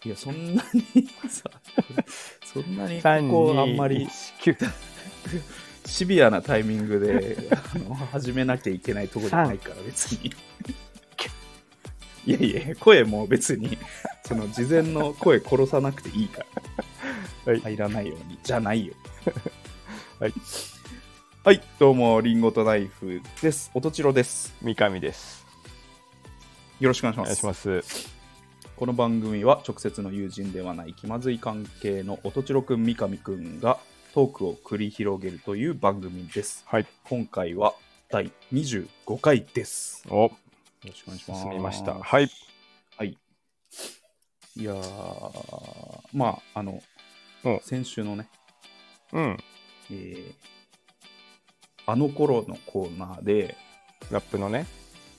いや、そんなにさ、そんなにここあんまりシビアなタイミングで始めなきゃいけないところじゃないから別に。いやいや、声も別にその事前の声殺さなくていいから、はい、入らないようにじゃないよ。はい、はい、どうもリンゴとナイフです。音千代です。 三上です。 よろしくお願いします。 お願いします。 この番組は直接の友人ではない気まずい関係の音千代くん三上くんがトークを繰り広げるという番組です。 はい。 今回は第25回です。 お、よろしくお願いします。 進みました。はい。 はい。いやー、まあ先週のね、あの頃のコーナーでラップのね、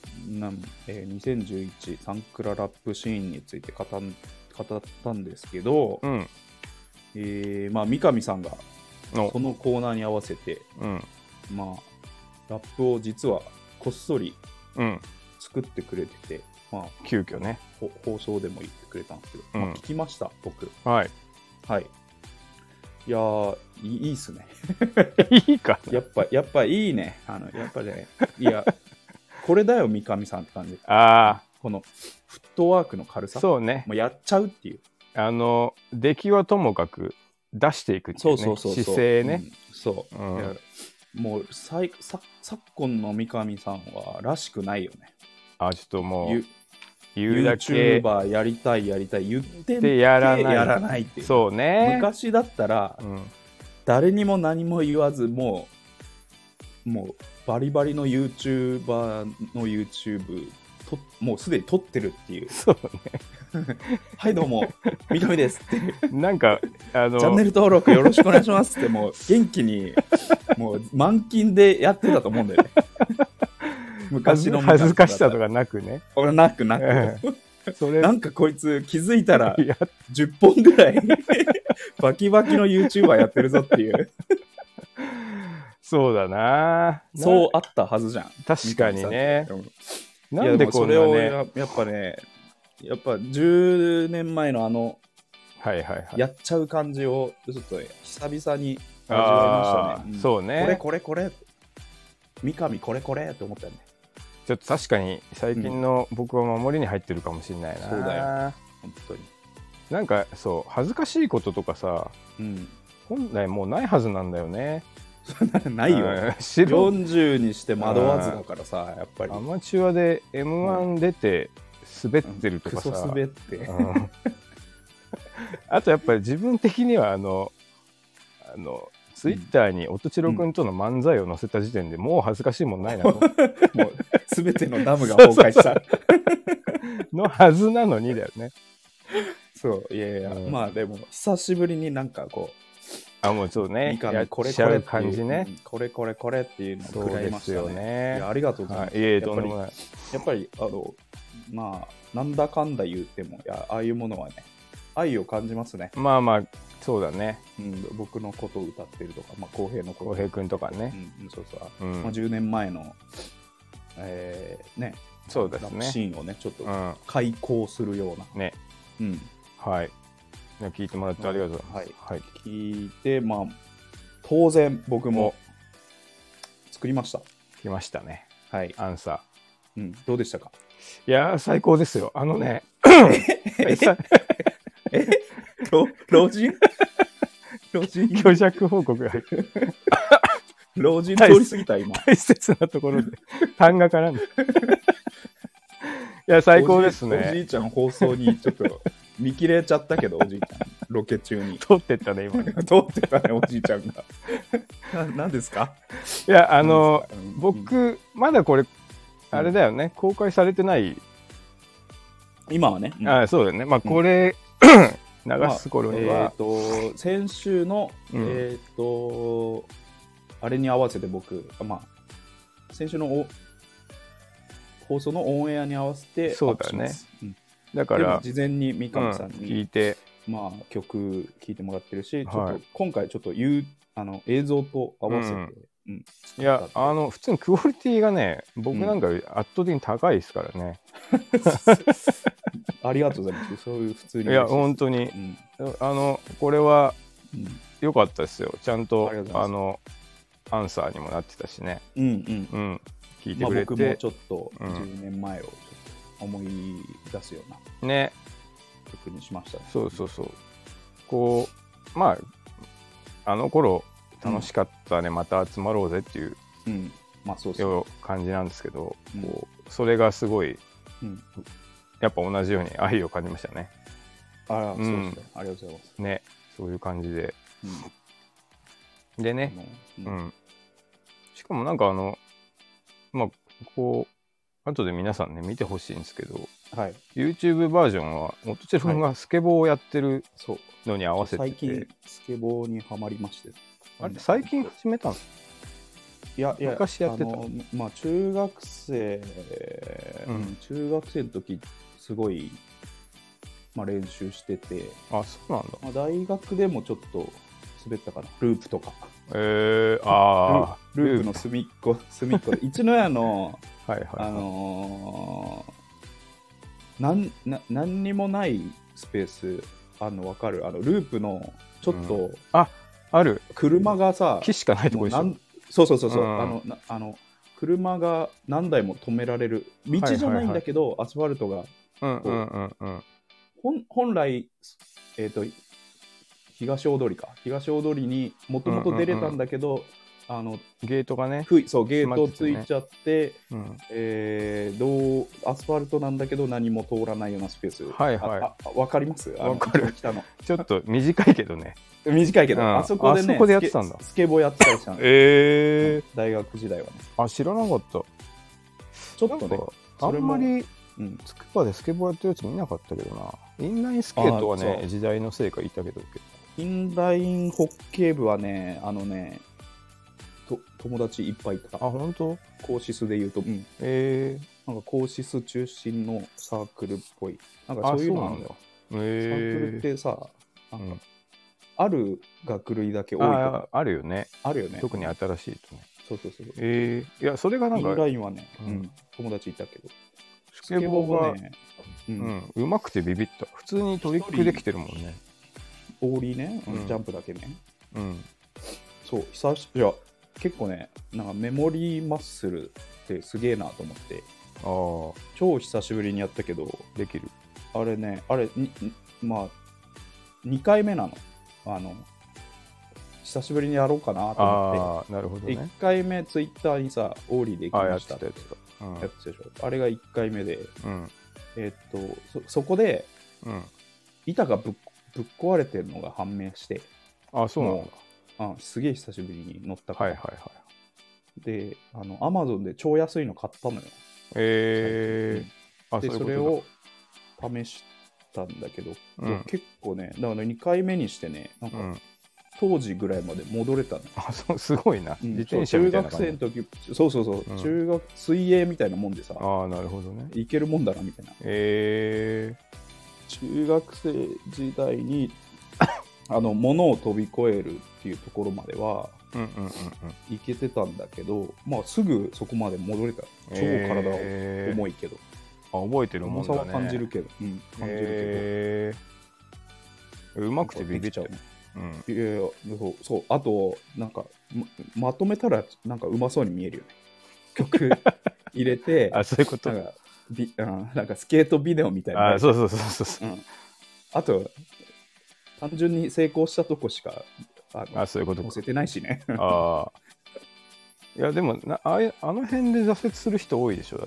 2011サンクララップシーンについて語ったんですけど、まあ三上さんがそのコーナーに合わせて、まあラップを実はこっそり作ってくれてて、まあ急遽ね放送でも言ってくれたんですけど、まあ、聞きました僕。 はいはい。いやー、いいっすね。 いいかな。 やっぱいいね。やっぱね、いやこれだよ三上さんって感じ。このフットワークの軽さ。 そうね。 もうやっちゃうっていう。 出来はともかく出していくっていうね。姿勢ね。 そう。いやもう昨今の三上さんはらしくないよね。 ちょっともう言うだけ YouTuber やりたい言ってでやらないっていう。 そうね。 昔だったら、誰にも何も言わずもうバリバリの YouTuber の YouTube もうすでに撮ってるっていう。 そうね。 はいどうも三上ですってなんかチャンネル登録よろしくお願いしますってもう元気にもう満勤でやってたと思うんだよね。昔の恥ずかしさとかなくね。 なくそれなんかこいつ気づいたら10本ぐらいバキバキの YouTuber やってるぞっていうそうだな。 そうあったはずじゃん。 確かにね。 なんでこんなね。それをやっぱね、やっぱ10年前のやっちゃう感じをちょっと久々に味わいましたね。 そうね。 これ三上これって思ったよね。 ちょっと確かに最近の僕は守りに入ってるかもしれないな。 そうだよ本当に。 なんかそう恥ずかしいこととかさ、本来もうないはずなんだよね。 ないよ。40にして惑わずだからさ、やっぱりアマチュアで M1 出て滑ってるとかさ、 クソ滑ってあとやっぱり自分的にはツイッターに音千代くんとの漫才を載せた時点でもう恥ずかしいもんないなともう全てのダムが崩壊したのはずなのにだよね。 そういや、まあでも久しぶりになんかこうもうそうねやっちゃう感じね。これっていうのを食らいましたね。いやありがとうございます。 とんでもない。 やっぱりまあなんだかんだ言ってもああいうものはね愛を感じますね。 まあそうだね。 僕のことを歌ってるとか、まあ浩平のこと、 浩平くんとかね。 そうそう。まあ10年前のね、 そうですね。 シーンをねちょっと開講するようなね。はい。聞いてもらってありがとうございます。 はい。聞いてまあ当然僕も作りました。 来ましたね。 はい。 アンサー。どうでしたか。 いや最高ですよ。 老人虚弱報告が入ってる。 老人通り過ぎた今。 大切なところで単が絡んで。いや最高ですね。 おじいちゃん放送にちょっと見切れちゃったけどおじいちゃんロケ中に通ってったね今。 通ってたねおじいちゃんが。何ですか。 いや僕まだこれあれだよね、公開されてない今はね。 そうだよね。まあこれ、流す頃には、 先週のあれに合わせて僕先週の放送のオンエアに合わせてそうだね。だから事前に三上さんに聞いて曲聴いてもらってるし、ちょっと今回ちょっと映像と合わせてうん、 いや普通にクオリティがね僕なんかより圧倒的に高いですからね、 ありがとうございます。そういう普通にいや本当に、これは良かったですよ。ちゃんとアンサーにもなってたしね。聞いてくれて、 僕もちょっと10年前をちょっと思い出すようなね曲にしましたね。 そうこうまああの頃楽しかったね、また集まろうぜっていう、感じなんですけど、こうそれがすごい、やっぱ同じように愛を感じましたね。 そうですね。ありがとうございます。 ね、そういう感じで、でね、しかもなんかまあこう後で皆さんね見てほしいんですけど、YouTube バージョンは音千代君がスケボーをやってるのに合わせて、 最近スケボーにはまりまして、 あれ最近始めたの？ いや昔やってた。 中学生の時すごい、練習してて、 そうなんだ。 大学でもちょっと滑ったかな、ループとか。 ループの隅っこで一の矢の何にもないスペース分かる？ループのちょっと、 ある車がさ木しかないとこでしょ。 そう車が何台も止められる道じゃないんだけど、アスファルトが本来東大通りにもともと出れたんだけど、 ゲートがね、 ゲートついちゃって、アスファルトなんだけど何も通らないようなスペース。わかります？ わかる。ちょっと短いけどね。 短いけど、あそこでね、 やってたんだ。 スケボーやってたりしたんで大学時代はね。 知らなかった。 ちょっとね、 あんまりつくばでスケボーやってるやつ見なかったけどな。インラインスケートはね、時代のせいかいたけど。 インラインホッケー部はね、友達いっぱいいた。 本当？ コーシスで言うと、なんかコーシス中心のサークルっぽい。なんかそういうのなんだよ。サークルってさ、ある学類だけ多いとかあるよね。特に新しいとね。 そう。 いや、それがなんかインラインはね、友達いたけど。 スケボーがね、うまくてビビった。普通にトリックできてるもんね。 オーリーね、ジャンプだけね。そう、結構ね、なんかメモリーマッスルってすげえなと思って、超久しぶりにやったけど、 できる。 あれね、2回目なの。久しぶりにやろうかなと思って。 なるほどね。 1回目ツイッターにさ、オーリーで行きましたってやつでしょ。あれが1回目で、そこで、板がぶっ壊れてるのが判明して、 そうなんだ。 すげえ久しぶりに乗ったから。で、Amazon で超安いの買ったのよ。で、それを試したんだけど、結構ね、だから2回目にしてね、なんか、当時ぐらいまで戻れたの。 すごいな。自転車みたいな感じ。 中学生の時、そう、中学水泳みたいなもんでさ、 なるほどね。 いけるもんだなみたいな。中学生時代に物を飛び越えるっていうところまではいけてたんだけど、すぐそこまで戻れた。超体は重いけど。 覚えてるもんだね。 重さは感じるけど。 うまくてビビっちゃう。 そう。あと、なんか、まとめたら、なんかうまそうに見えるよね。曲入れて、 そういうこと。 なんかスケートビデオみたいな。 そう。 あと、単純に成功したとこしかそういうこと載せてないしね。 いや、でもあの辺で挫折する人多いでしょ、だって。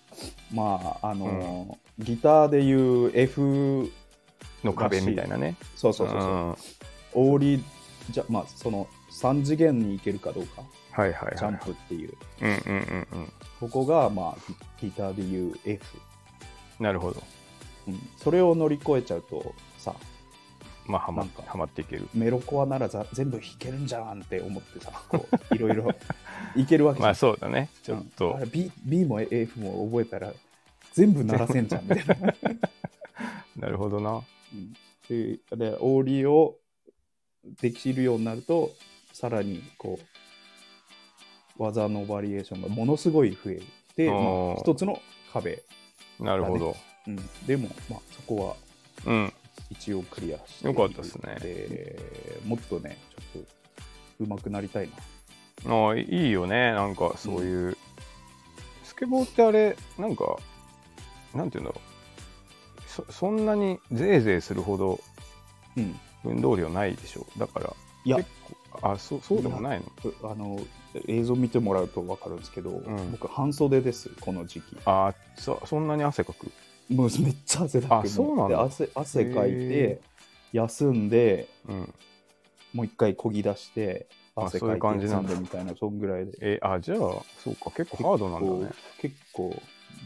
ギターでいう F の壁みたいなね。 そう。オーリーその3次元に行けるかどうか。ジャンプっていう。ここが、ギターでいう F。 なるほど。 それを乗り越えちゃうとさ、 はまっていける。 メロコアなら全部弾けるんじゃんって思ってさ、いろいろいけるわけじゃん。 そうだね。ちょっと。 B も F も覚えたら全部鳴らせんじゃんみたいな。 なるほどな。 でオーリーをできるようになると、さらに技のバリエーションがものすごい増えて、一つの壁、 なるほど、 でも、そこは一応クリアしてよかったですね。 もっとねちょっと上手くなりたいな。 いいよね、なんかそういう、スケボーってあれなんかなんていうんだろう、そんなにゼーゼーするほど運動量ないでしょ。だから結構そうでもないの。映像見てもらうと分かるんですけど、僕半袖ですこの時期。 そんなに汗かく？ もうめっちゃ汗かく。 そうなんだ。 汗かいて休んで、もう一回こぎ出して汗かいて休んでみたいな、そんぐらいで。 じゃあそうか、結構ハードなんだね。 結構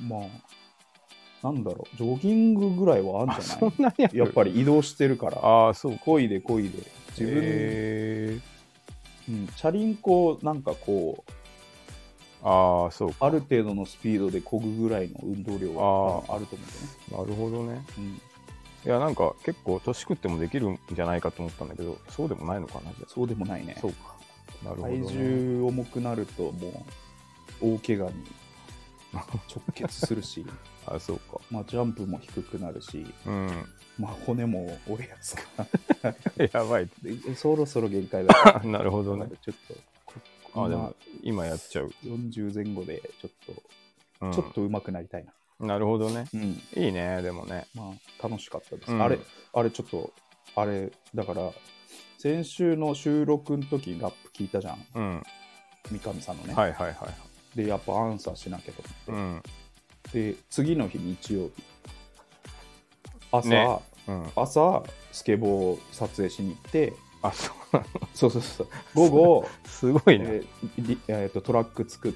なんだろう、ジョギングぐらいはあるんじゃない？ そんなにやっぱり移動してるから。そう。こいで自分チャリンコなんかこうそうか、 ある程度のスピードで漕ぐぐらいの運動量はあると思うんだよね。なるほどね。いやなんか結構年食ってもできるんじゃないかと思ったんだけど、そうでもないのかな。 そうでもないね。 そうか。なるほどね。 体重重くなるともう大怪我に直結するしそうか。 ジャンプも低くなるし、骨も折れやすくなるやばい。 そろそろ限界だなるほどね。 ちょっとでも今やっちゃう。 40前後でちょっと上手くなりたいな。 なるほどね。いいね。でもね、 楽しかったです。あれちょっとだから先週の収録の時にラップ聞いたじゃん、三上さんのね。でやっぱアンサーしなきゃと思って、で次の日日曜日朝スケボー撮影しに行って、そう午後すごいね、 トラック作って、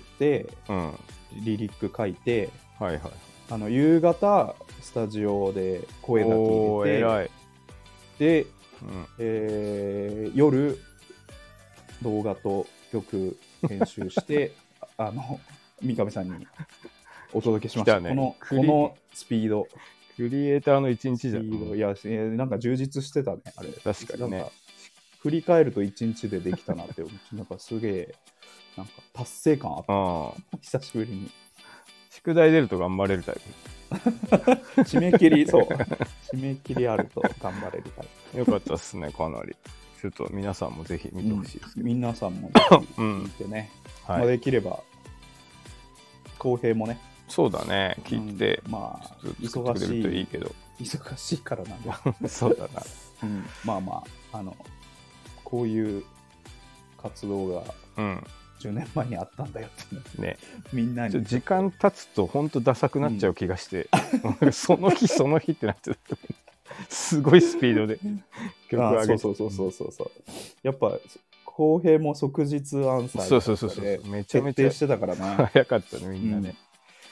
リリック書いて、夕方スタジオで声だけ入れて、で、夜動画と曲編集して三上さんにお届けしました。このスピード、 クリエイターの一日じゃん。 いやなんか充実してたね、あれ。 確かにね。 振り返ると一日でできたなってなんかすげえなんか達成感あった。久しぶりに。 宿題出ると頑張れるタイプ。締め切りあると頑張れるタイプ。よかったっすね、かなり。ちょっと皆さんもぜひ見てほしいですけど。 皆さんもぜひ見てね。できれば公平もね。 そうだね、聞いて、 忙しいといいけど。 忙しいからなんだ。 そうだな。こういう活動が10年前にあったんだよってね。みんなに時間経つと本当ダサくなっちゃう気がして、その日ってなってる。すごいスピードで曲上げて。そうやっぱ公平も即日アンサーでめちゃめちゃ徹底してたからね。 早かったね、みんなね。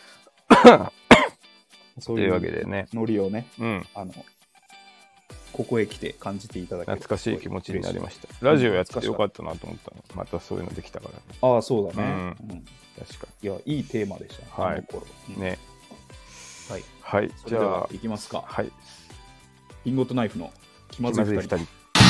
そういうわけでね、ノリをね、ここへ来て感じていただける。 懐かしい気持ちになりました。ラジオやっててよかったなと思ったの。またそういうのできたからね。そうだね。 確かに。いや、いいテーマでした。 ね。 はい。じゃあ、いきますか。リンゴとナイフの気まずい2人。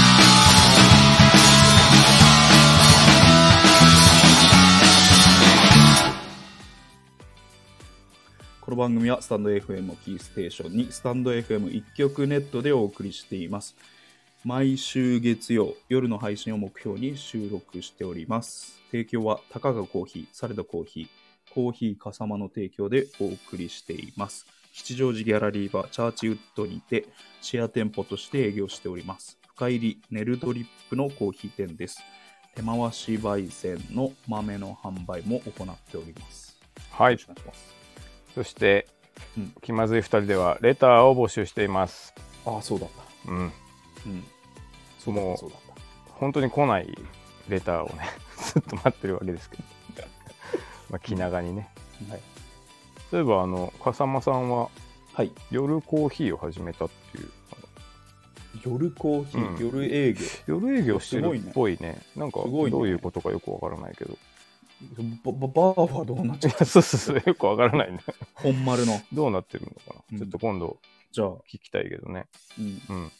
この番組はスタンド FM をキーステーションにスタンド FM 一曲ネットでお送りしています。毎週月曜夜の配信を目標に収録しております。提供はたかがコーヒー、サレドコーヒー、コーヒーかさまの提供でお送りしています。吉祥寺ギャラリーバーチャーチウッドにてシェア店舗として営業しております。深入りネルドリップのコーヒー店です。手回し焙煎の豆の販売も行っております。 はい。よろしくお願いします。そして、気まずい2人ではレターを募集しています。 そうだった。そうだった。 本当に来ないレターをねずっと待ってるわけですけど気長にね。例えば笠間さんは、夜コーヒーを始めたっていう。 夜コーヒー、夜営業してるっぽいね。なんかどういうことかよくわからないけど。 バーはどうなっちゃう？ そうよくわからないね。 本丸のどうなってるのかな。ちょっと今度じゃあ聞きたいけどね。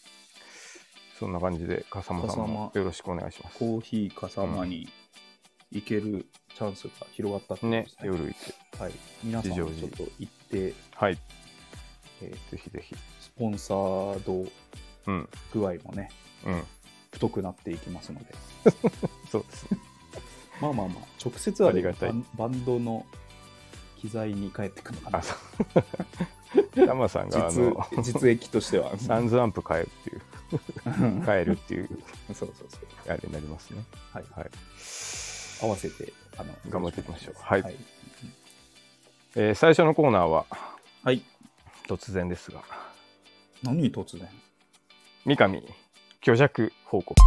そんな感じで笠間さんもよろしくお願いします。 コーヒー笠間に行けるチャンスが広がったってことですね。 夜行って。 はい。皆さんもちょっと行って、 はい。ぜひぜひ。 スポンサード具合もね、太くなっていきますので。 そうですね。 まあ、直接はバンドの機材に帰ってくるのかな。 タマさんが実益としてはサンズアンプ変えるっていう変えるっていうそうあれになりますね。 はい、合わせて頑張っていきましょう。はい、最初のコーナーは、 はい、 突然ですが、 何突然？ 三上虚弱報告。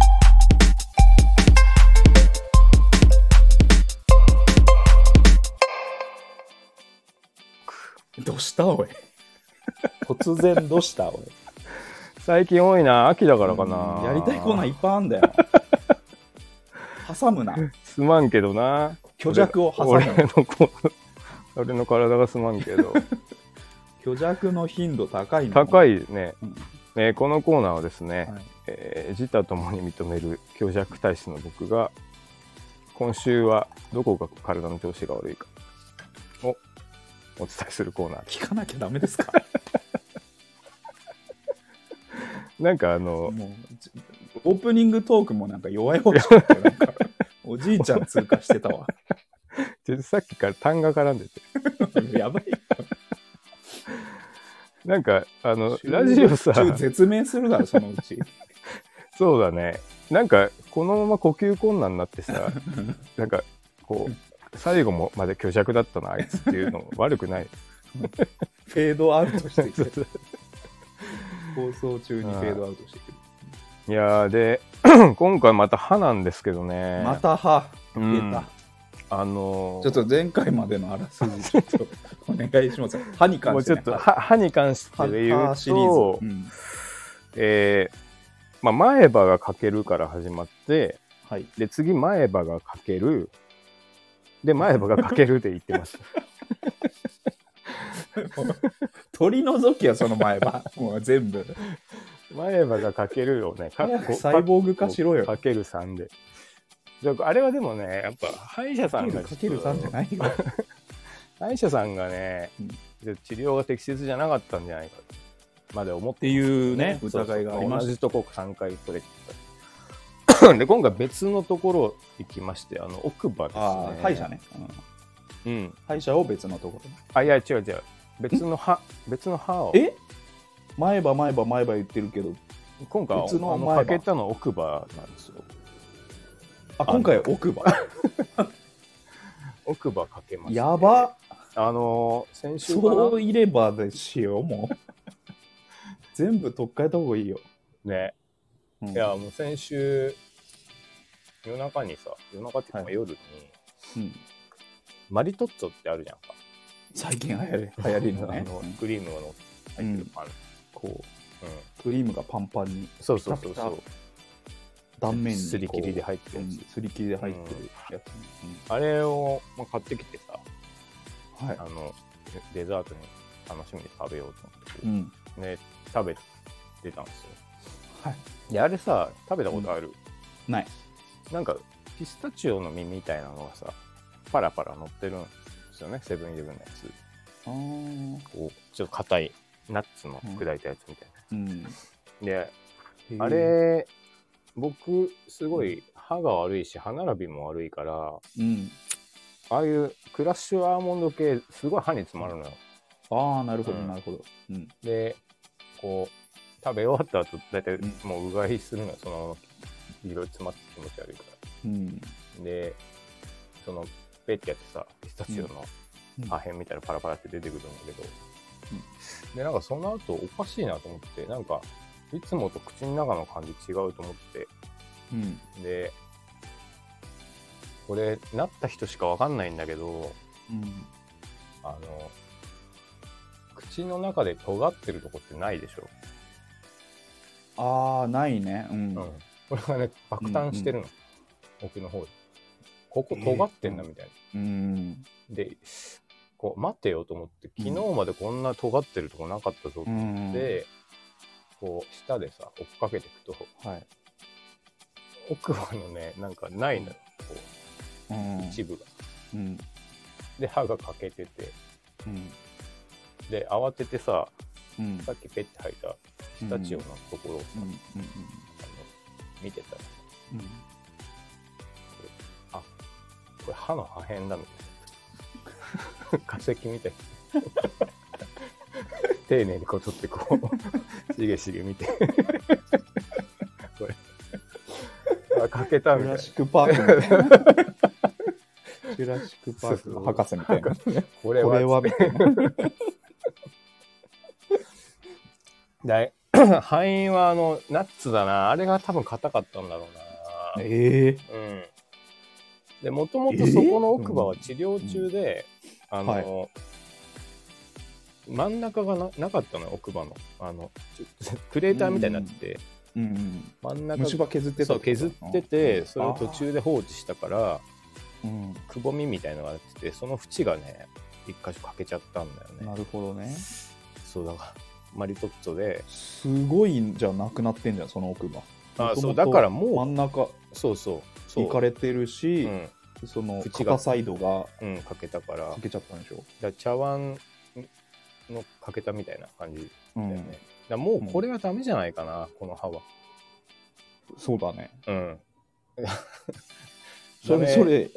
どうしたおい突然どうしたおい最近多いな、秋だからかな。 やりたいコーナーいっぱいあんだよ挟むな。 すまんけどな。 虚弱を挟む。 俺の体がすまんけど虚弱の頻度高いね。 高いね、このコーナーはですね、自他ともに認める虚弱体質の僕が今週はどこが体の調子が悪いかをお伝えするコーナー。 聞かなきゃダメですかなんかもうオープニングトークもなんか弱い方だったなんかおじいちゃん通過してたわさっきから単が絡んでてやばいなんかラジオさ絶命するだろそのうちそうだね。なんかこのまま呼吸困難になってさなんかこう最後まで虚弱だったなあいつっていうのも悪くないフェードアウトしてきて放送中にフェードアウトしてくる。 いやで今回また歯なんですけどね。 また歯出た、ちょっと前回までのあらすじちょっとお願いします。歯に関して、 もうちょっと歯に関してで言うと、前歯が欠けるから始まって、はい、で次前歯が欠けるで前歯が欠けるで言ってます取り除きはその前歯もう全部前歯が欠けるよね。 サイボーグ化しろよ。 かける3で。あれはでもね、やっぱ歯医者さんがかける3じゃないよ歯医者さんがね、治療が適切じゃなかったんじゃないかまで思っていうね、疑いがありました。同じとこ3回取れてたで今回別のところ行きまして、奥歯ですね。 歯医者ね、歯医者を別のところ。いや違う別の歯を。 前歯言ってるけど、 今回別の欠けたの奥歯なんですよ。 今回奥歯奥歯かけました、ね。 やば。 先週そういればですよ、もう全部取っ替えた方がいいよね。いやもう先週夜中っていうか夜に、マリトッツォってあるじゃんか。 最近流行りのねクリームが入ってるパン、 クリームがパンパンにそう断面にすり切りで入ってるやつ、 すり切りで入ってるやつ、 あれを買ってきてさ、デザートに楽しみに食べようと思ってね、食べてたんですよ。であれさ食べたことある？ ない。 なんかピスタチオの実みたいなのがさパラパラ乗ってるんですよね、セブンイレブンのやつ。こうちょっと硬いナッツの砕いたやつみたいな、であれ僕すごい歯が悪いし歯並びも悪いから、ああいうクラッシュアーモンド系すごい歯に詰まるのよ。 なるほどなるほど。 でこう食べ終わった後だいたいもううがいするのよ、そのままいろいろ詰まって気持ち悪いから、でそのペッてやってさピスタチオの破片みたいなパラパラって出てくるんだけど、でなんかその後おかしいなと思って、なんかいつもと口の中の感じ違うと思って、でこれなった人しかわかんないんだけど、口の中で尖ってるとこってないでしょ。 ないね。 これがね爆誕してるの、奥の方でここ尖ってんだみたいな、でこう待てよと思って、昨日までこんな尖ってるとこなかったぞと思って、こう舌でさ追っかけていくと、奥歯のねなんかないのよ、こ一部が、 うん、 で歯が欠けてて、うん、で慌ててさ、うん、さっきペッて吐いたピスタチオのところをさ、見てたら、うん、これ歯の破片だみたいな化石みたいな丁寧にこう取ってこうしげしげ見てこれ欠けたみたいな。 ジュラシックパークみたいなジュラシックパークの博士みたいなこれはみたいな敗因はナッツだな。あれが多分硬かったんだろうな。うん。で、もともとそこの奥歯は治療中で、真ん中が なかったのよ、奥歯の。クレーターみたいになってて、 真ん中虫歯削ってた。 そう、削ってて、それを途中で放置したから、くぼみみたいなのがあってて、その縁がね、一箇所欠けちゃったんだよね。 なるほどね。 そうだから。マリトッツォですごいじゃなくなってんじゃん、その奥歯。 そうだからもう真ん中そういかれてるし、その片サイドが欠けたから欠けちゃったんでしょ。 だ茶碗の欠けたみたいな感じだよね。だもうこれはダメじゃないかな、この歯は。 そうだね。 それ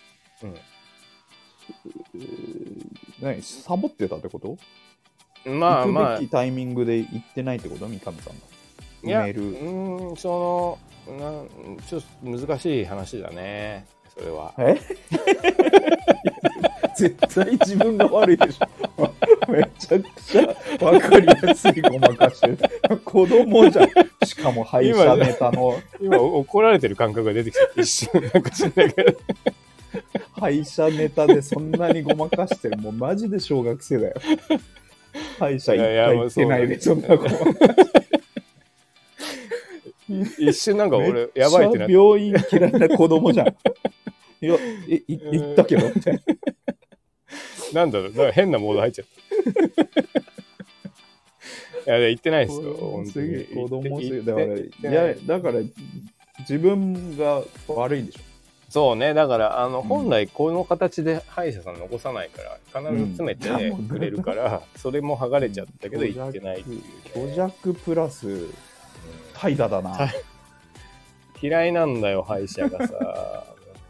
何サボってたってこと？ まあ行くべきタイミングで行ってないってこと？三上さんが埋める。ちょっと難しい話だね、それは。 絶対自分が悪いでしょめちゃくちゃ分かりやすいごまかしてる子供じゃん。しかも歯医者ネタの今怒られてる感覚が出てきちゃって一瞬なんかしんないけど歯医者ネタでそんなにごまかしてる。もうマジで小学生だよ。歯医者一回行ってないで、そんな子。 一瞬なんか俺やばいってなって。 病院嫌いな子供じゃん。いや、行ったけどみたいな。 なんだろう、なんか変なモード入っちゃった。いや、行ってないですよ。 本当に子供すぎだから、だから自分が悪いんでしょ。 そうね、だから本来この形で歯医者さん残さないから必ず詰めてくれるから、それも剥がれちゃったけど行ってないっていう、ね、 虚弱プラス怠惰だな。 嫌いなんだよ歯医者がさ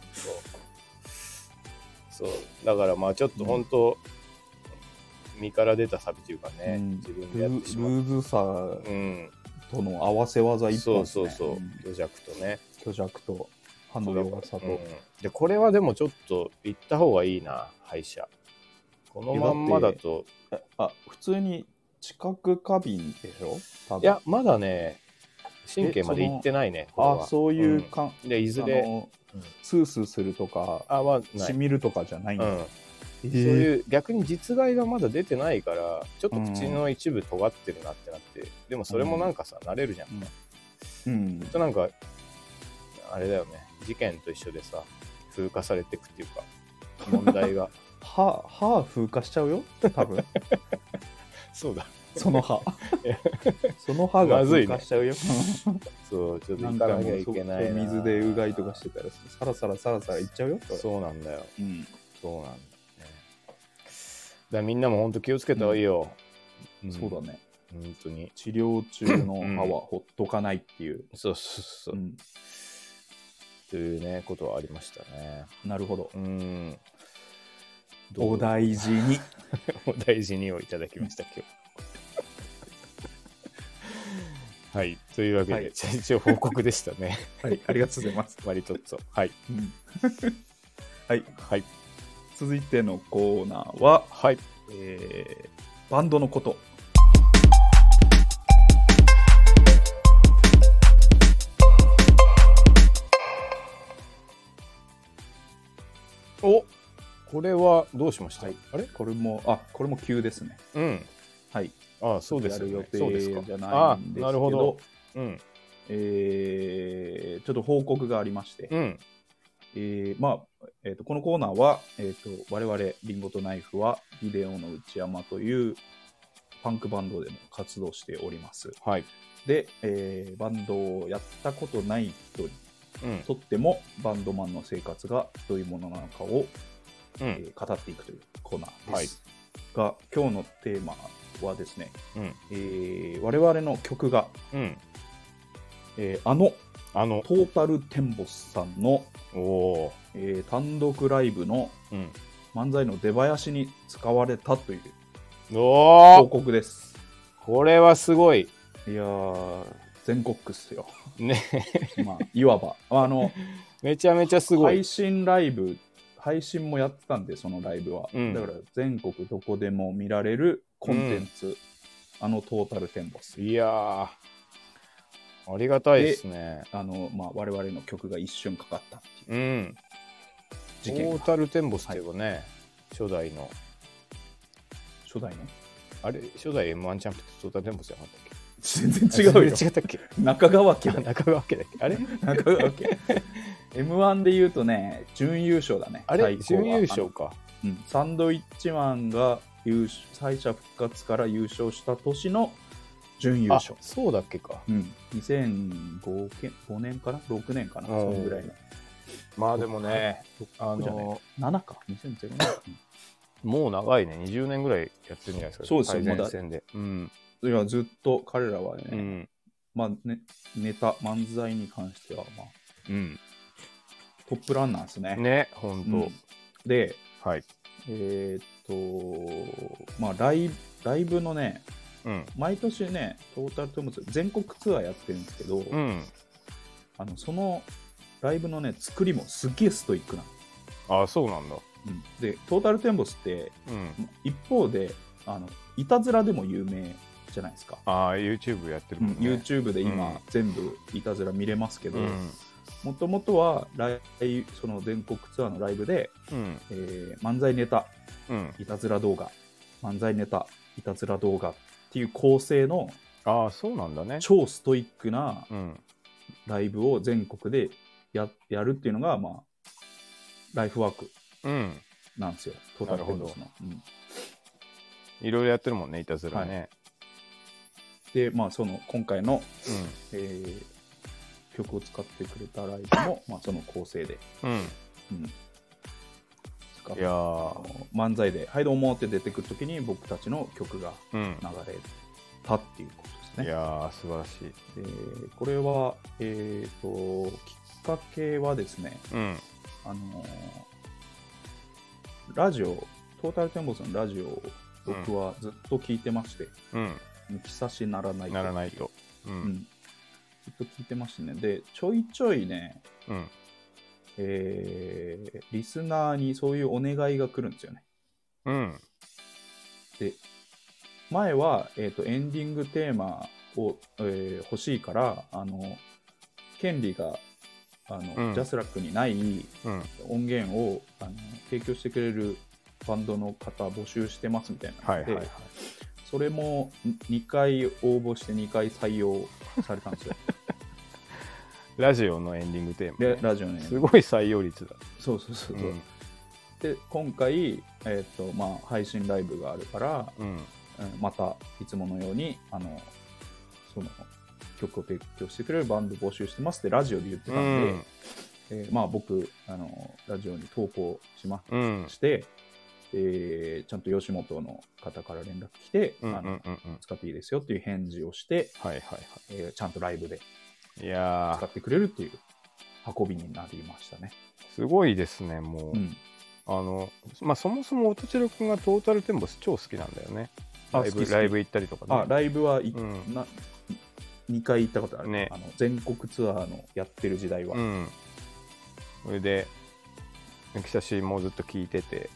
そうだからまあちょっと本当、身から出たサビというかね、自分でやってしまうルーズさとの合わせ技一本ですね。 そう虚弱とね、 虚弱と歯の弱さと、 でこれはでもちょっと行った方がいいな、歯医者。このまんまだと普通に知覚過敏でしょ。多分いやまだね神経まで行ってないね。 そういうでいずれスースーするとかしみるとかじゃないんだ。 そういう逆に実害がまだ出てないからちょっと口の一部尖ってるなってなって、でもそれもなんかさ、慣れるじゃん。となんかあれだよね、事件と一緒でさ風化されていくっていうか問題が歯風化しちゃうよ多分そうだその歯が風化しちゃうよそうちょっと行かなきゃいけないな。 水でうがいとかしてたらサラサラいっちゃうよ。 そうなんだよ、そうなんだね。だからみんなも本当気をつけた方がいいよ。 そうだね、 本当に治療中の歯はほっとかないっていう、 そうというねことはありましたね。 なるほど。お大事にお大事にをいただきました今日はいというわけで、一応報告でしたねはいありがとうございます。 マリトッツォはいはい、続いてのコーナーはバンドのこと。 これはどうしました？ あれこれも急ですね。はい。 そうですよね。 やる予定じゃないんですけど。なるほど。ちょっと報告がありまして。このコーナーは、我々リンゴとナイフはビデオの内山というパンクバンドでも活動しております。で、バンドをやったことない人にとってもバンドマンの生活がどういうものなのかを、語っていくというコーナーです、が、今日のテーマはですね、我々の曲が、あのトータルテンボスさんの、単独ライブの漫才の出囃子に使われたという報告です。 これはすごい。 いやー、全国区っすよ。 ね。 まあ、いわば。 めちゃめちゃすごい。 配信もやってたんで、そのライブは。だから、全国どこでも見られるコンテンツ、トータルテンボス。 いやー、ありがたいですね。 我々の曲が一瞬かかったっていう事件。トータルテンボスって言えばね、初代のあれ、初代 M1 チャンピオンってトータルテンボスじゃなかったっけ？ 全然違うよ。 違ったっけ？ 中川家だ。 中川家だっけ？あれ？ 中川家。M1 で言うとね、準優勝だね。 あれ？準優勝か。 サンドイッチマンが敗者復活から優勝した年の準優勝。 そうだっけか。 2005年かな ?6 年かな、そのぐらいの。 まあでもね、 7か、2005年か。 もう長いね、20年ぐらいやってるんじゃないですか。 そうですよ、 最前線で。 いや、ずっと彼らはね、まあね、ネタ、漫才に関しては、まあ、トップランナーですね。 ね、ほんと。 で、 はい。 まあ、ライブのね、毎年ね、トータルテンボス全国ツアーやってるんですけど、そのライブのね、作りもすっげえストイックな。 あ、そうなんだ。 で、トータルテンボスって、一方でいたずらでも有名じゃないですか。 YouTube やってるもんね。 YouTube で今、全部いたずら見れますけど、もともとはその全国ツアーのライブで、漫才ネタ、いたずら動画、漫才ネタ、いたずら動画っていう構成の、 そうなんだね。 超ストイックなライブを全国でやるっていうのが、まあ、ライフワークなんですよ、トータルテンボスの。 いろいろやってるもんね、いたずらね。 で、まあ、今回の、曲を使ってくれたライブも、まあ、その構成で、 いや漫才で「はいどうも」って出てくるときに僕たちの曲が流れたっていうことですね。 いやー、素晴らしい。 これは、きっかけはですね、ラジオ、トータルテンボスのラジオを僕はずっと聞いてまして、抜き差しならないと。ずっと聞いてましてね。で、ちょいちょいね、リスナーにそういうお願いが来るんですよね。で、前は、エンディングテーマを、欲しいから、権利がジャスラックにない音源を、提供してくれるバンドの方募集してますみたいなので、それも2回応募して2回採用されたんですよ。 ラジオのエンディングテーマ、ね、 ラジオね、 すごい採用率だ。 そう、で今回、まあ、配信ライブがあるから、またいつものようにその曲を提供してくれるバンド募集してますってラジオで言ってたんで、まあ、僕ラジオに投稿しまして、ちゃんと吉本の方から連絡来て、使っていいですよっていう返事をして、ちゃんとライブで使ってくれるっていう運びになりましたね。 すごいですね。もう、まあ、そもそも音千代くんがトータルテンボス超好きなんだよね。ライブ行ったりとかね。 ライブは2回行ったことあるね。全国ツアーのやってる時代は。 それで抜き差しもずっと聞いてて、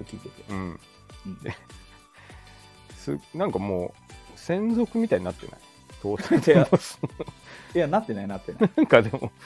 なんかもう専属みたいになってない？トータルテンボスいや、なってない。なんかでも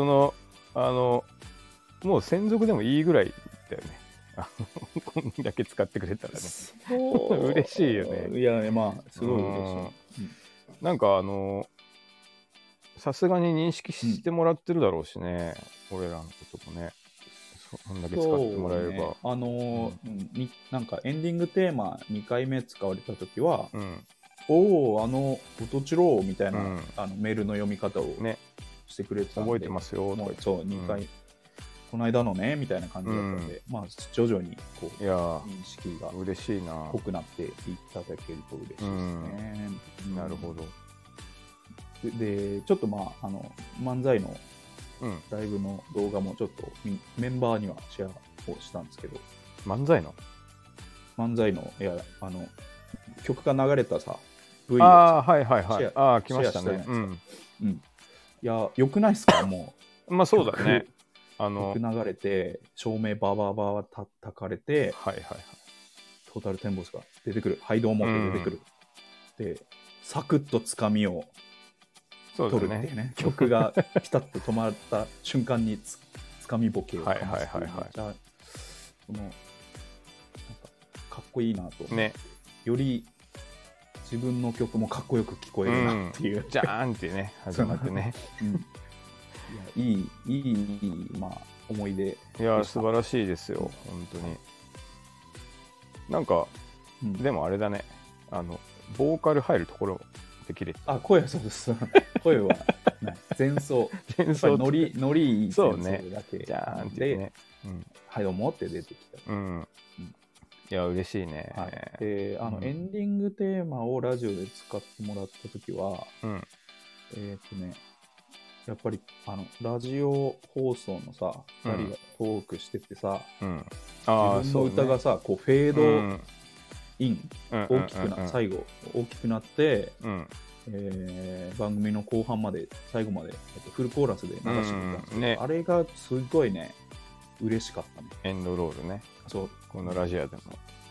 もう専属でもいいぐらいだよね。こんだけ使ってくれたらね。嬉しいよね。 いや、まあすごい嬉しい。 なんかさすがに認識してもらってるだろうしね、俺らのこともね。そんだけ使ってもらえれば。 なんかエンディングテーマ2回目使われた時は、おお、音千代みたいな、メールの読み方をしてくれてたんで、 覚えてますよとかもうそう2回、この間のねみたいな感じだったんで、まあ徐々にこう認識が嬉しいな、 濃くなっていただけると嬉しいですね。 なるほど。 でちょっとまあ漫才のライブの動画もちょっとメンバーにはシェアをしたんですけど、 漫才のいや曲が流れたさ V をはいはいはい、ああ来ましたね。 いや良くないですか？もうまあそうだね。 曲流れて照明バーバーバーたかれて、 はいはいはい、 トータルテンボスが出てくる、はいどうもって出てくる、でサクッとつかみを取るっていうね、曲がピタッと止まった瞬間につかみボケをかますっていう、じゃあそのなんかかっこいいなと、ね、より自分の曲もかっこよく聞こえるなっていう、 じゃーんってね始まってねいいまあ思い出。 いや素晴らしいですよ本当に。なんか、でもあれだね、ボーカル入るところできれて、 声はそうです声は前奏ノリいい前奏だけじゃーんってね、 はいどうもって出てきた。 いや嬉しいね。 でエンディングテーマをラジオで使ってもらった時は、やっぱりラジオ放送のさ2人がトークしててさ、自分の歌がさこうフェードイン、大きくな最後大きくなって、番組の後半まで最後まで、フルコーラスで流してくれたんですけど、あれがすごいね嬉しかったね。 エンドロールね。そうこのラジオでも、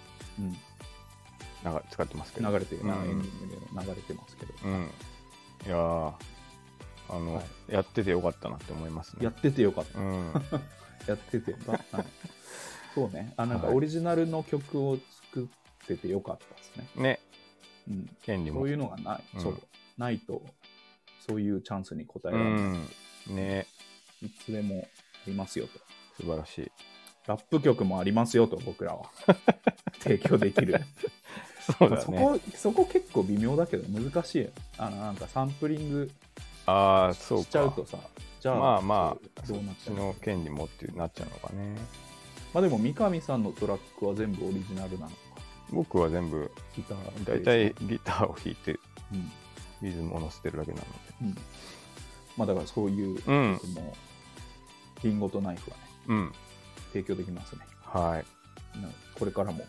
使ってますけど、 流れてエンディングで流れてますけど、 いややっててよかったなって思いますね。 やっててよかった。やっててそうね。なんかオリジナルの曲を作っててよかったですね。 ね。権利もそういうのがない、ないとそういうチャンスに応えられない。 ね。 いつでもありますよと。 素晴らしい。 ラップ曲もありますよと僕らは提供できる。 そうだね。 そこ結構微妙だけど難しいよ。なんかサンプリングそうかしちゃうとさ、じゃあまあどうなっちゃうの、権利もってなっちゃうのかね。 まあでも三上さんのトラックは全部オリジナルなのか。 僕は全部ギター、だいたいギターを弾いて、リズムを乗せてるだけなので、 まあだからそういうもリンゴとナイフはね、提供できますね。 はい。 これからも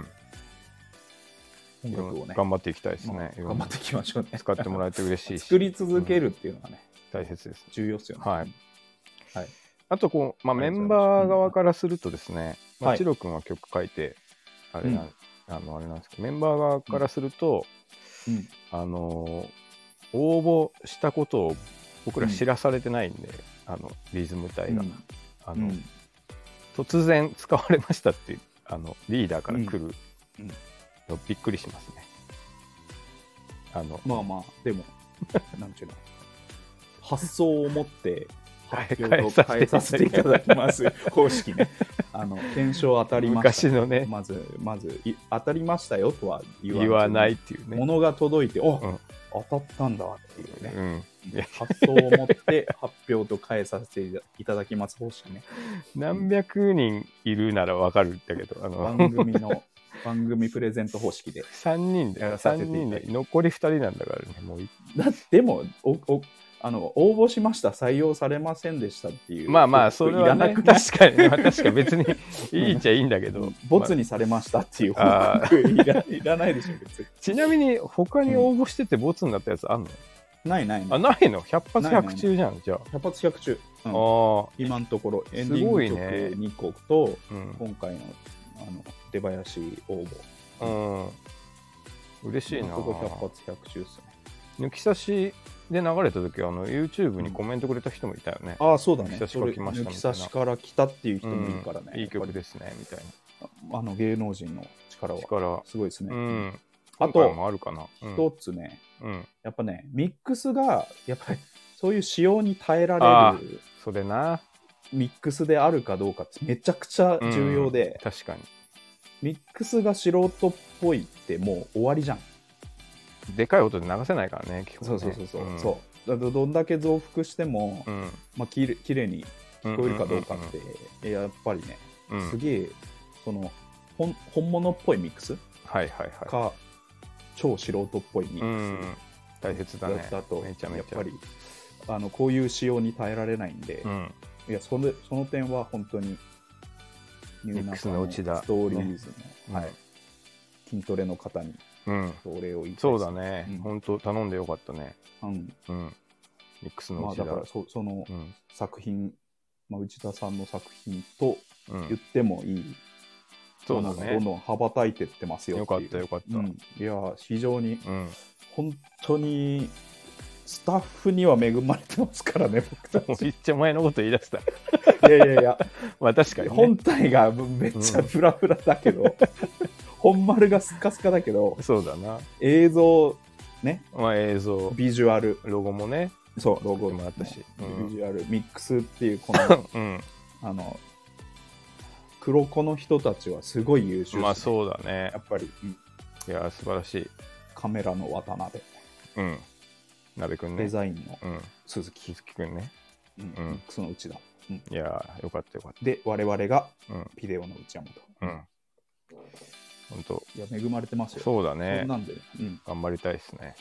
音楽をね頑張っていきたいですね。 頑張っていきましょうね。 使ってもらえて嬉しいし、 作り続けるっていうのがね、 大切です。 重要ですよね。 はい。あとメンバー側からするとですね、チロ君は曲書いてあれなんですけど、メンバー側からすると、応募したことを僕ら知らされてないんで、リズム隊が、突然使われましたってリーダーから来るのびっくりしますね。 まあまあでもなんちゅうの発想を持って発表を変えさせていただきます方式ね。検証当たりました。 昔のね、 まず当たりましたよとは言わないっていうね。 ものが届いて当たったんだっていうね、発想を持って発表と変えさせていただきます方式ね。 何百人いるならわかるんだけど、 番組プレゼント方式で 3人で残り2人なんだからね。もうでも応募しました採用されませんでしたっていう、 まあそれはね、確かに別にいいっちゃいいんだけど、 ボツにされましたっていう報告いらないでしょ別に。 ちなみに他に応募しててボツになったやつあんの？ ないないの？100発100中じゃん。じゃあ 100発100中、今のところエンディング曲2個と、今回の出囃子応募、 嬉しいな。 ここ100発100中っすね。抜き差しで流れた時はYouTube にコメントくれた人もいたよね。 そうだね。抜き差しから来たっていう人もいるからね。 いい曲ですねみたいな。芸能人の力はすごいですね。 あともあるかな。 一つね、やっぱねミックスがやっぱりそういう仕様に耐えられるそれなミックスであるかどうかってめちゃくちゃ重要で、 確かにミックスが素人っぽいってもう終わりじゃん。 でかい音で流せないからね、基本ね。 そうどんだけ増幅しても、 うん、 まあ、きれいに聞こえるかどうかって、やっぱりね、すげえその本物っぽいミックス、 はいはいはい、 か超素人っぽいミックス、 大切だね。 だとめちゃめちゃやっぱりこういう仕様に耐えられないんで、いやその点は本当にニューナカのストーリーズの、はい、筋トレの方にお礼を言いたいです。 そうだね、本当頼んでよかったね。 ミックスの内田、 だからその作品、内田さんの作品と言ってもいい、 そうだね、 どんどん羽ばたいてってますよっていう。 よかったよかった、 いや非常に、本当にスタッフには恵まれてますからね、僕たち。 めっちゃ前のこと言い出した。 いやまあ確かに、ね、 本体がめっちゃフラフラだけど、本丸がスカスカだけど、 そうだな、 映像ね、 まあ映像、 ビジュアル、 ロゴもね、 そうロゴもあったし、 ビジュアル、ミックスっていうこの黒子の人たちはすごい優秀ですね。 まあそうだね、 やっぱり、 いや素晴らしい。 カメラの渡辺、 鍋くんね、 デザインの鈴木くんね、 ミックスの内田、 いやよかったよかった。 で我々がビデオの内山と、 本当、 いや恵まれてますよ。 そうだね。 なんで、 頑張りたいですね。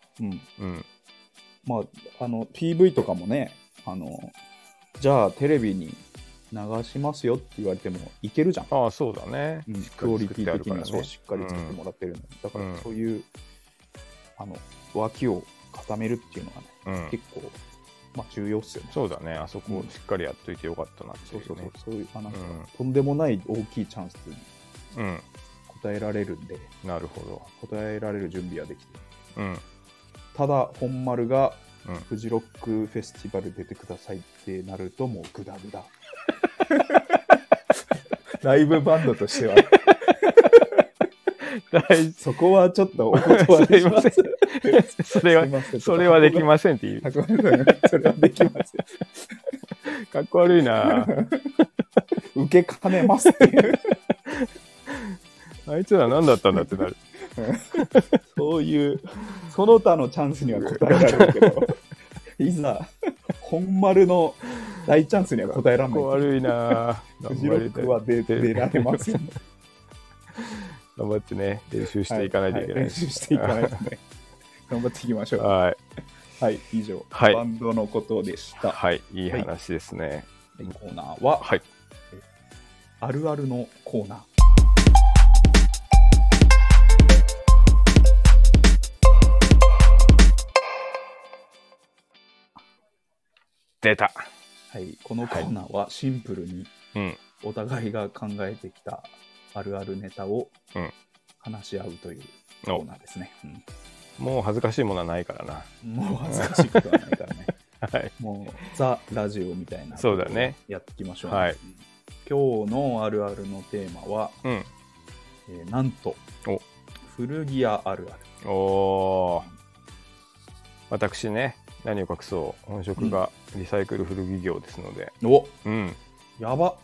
まあPV とかもね、じゃあテレビに流しますよって言われてもいけるじゃん。 ああそうだね。 クオリティ的にそうしっかり作ってもらってるので、だからそういう脇を固めるっていうのがね、結構重要っすよね。 そうだね、あそこしっかりやっといてよかったなっていうね。 そういうとんでもない大きいチャンスに応えられるんで、 なるほど、 応えられる準備はできてる。ただ本丸がフジロックフェスティバル出てくださいってなるともうグダグダ。ライブバンドとしてはそこはちょっとお断りします。 それはできませんっていう。 それはできません。 かっこ悪いな。 受けかねますっていう。 あいつら何だったんだってなる。 そういうその他のチャンスには答えられるけど、いざ本丸の大チャンスには答えられない。 かっこ悪いな。 フジロックは出られますよね。 頑張ってね、練習していかないといけない。 練習していかないとね。頑張っていきましょう。 はい、 以上、バンドのことでした。 はい、いい話ですね。 コーナーは、あるあるのコーナー。 出た。 このコーナーはシンプルにお互いが考えてきたあるあるネタを話し合うというコーナーですね。 もう恥ずかしいものはないからな。 もう恥ずかしいことはないからね。もうザ・ラジオみたいなそうだね。 やっていきましょうね。今日のあるあるのテーマは、なんと古着屋あるある。 私ね、何を隠そう本職がリサイクル古着業ですので、 やば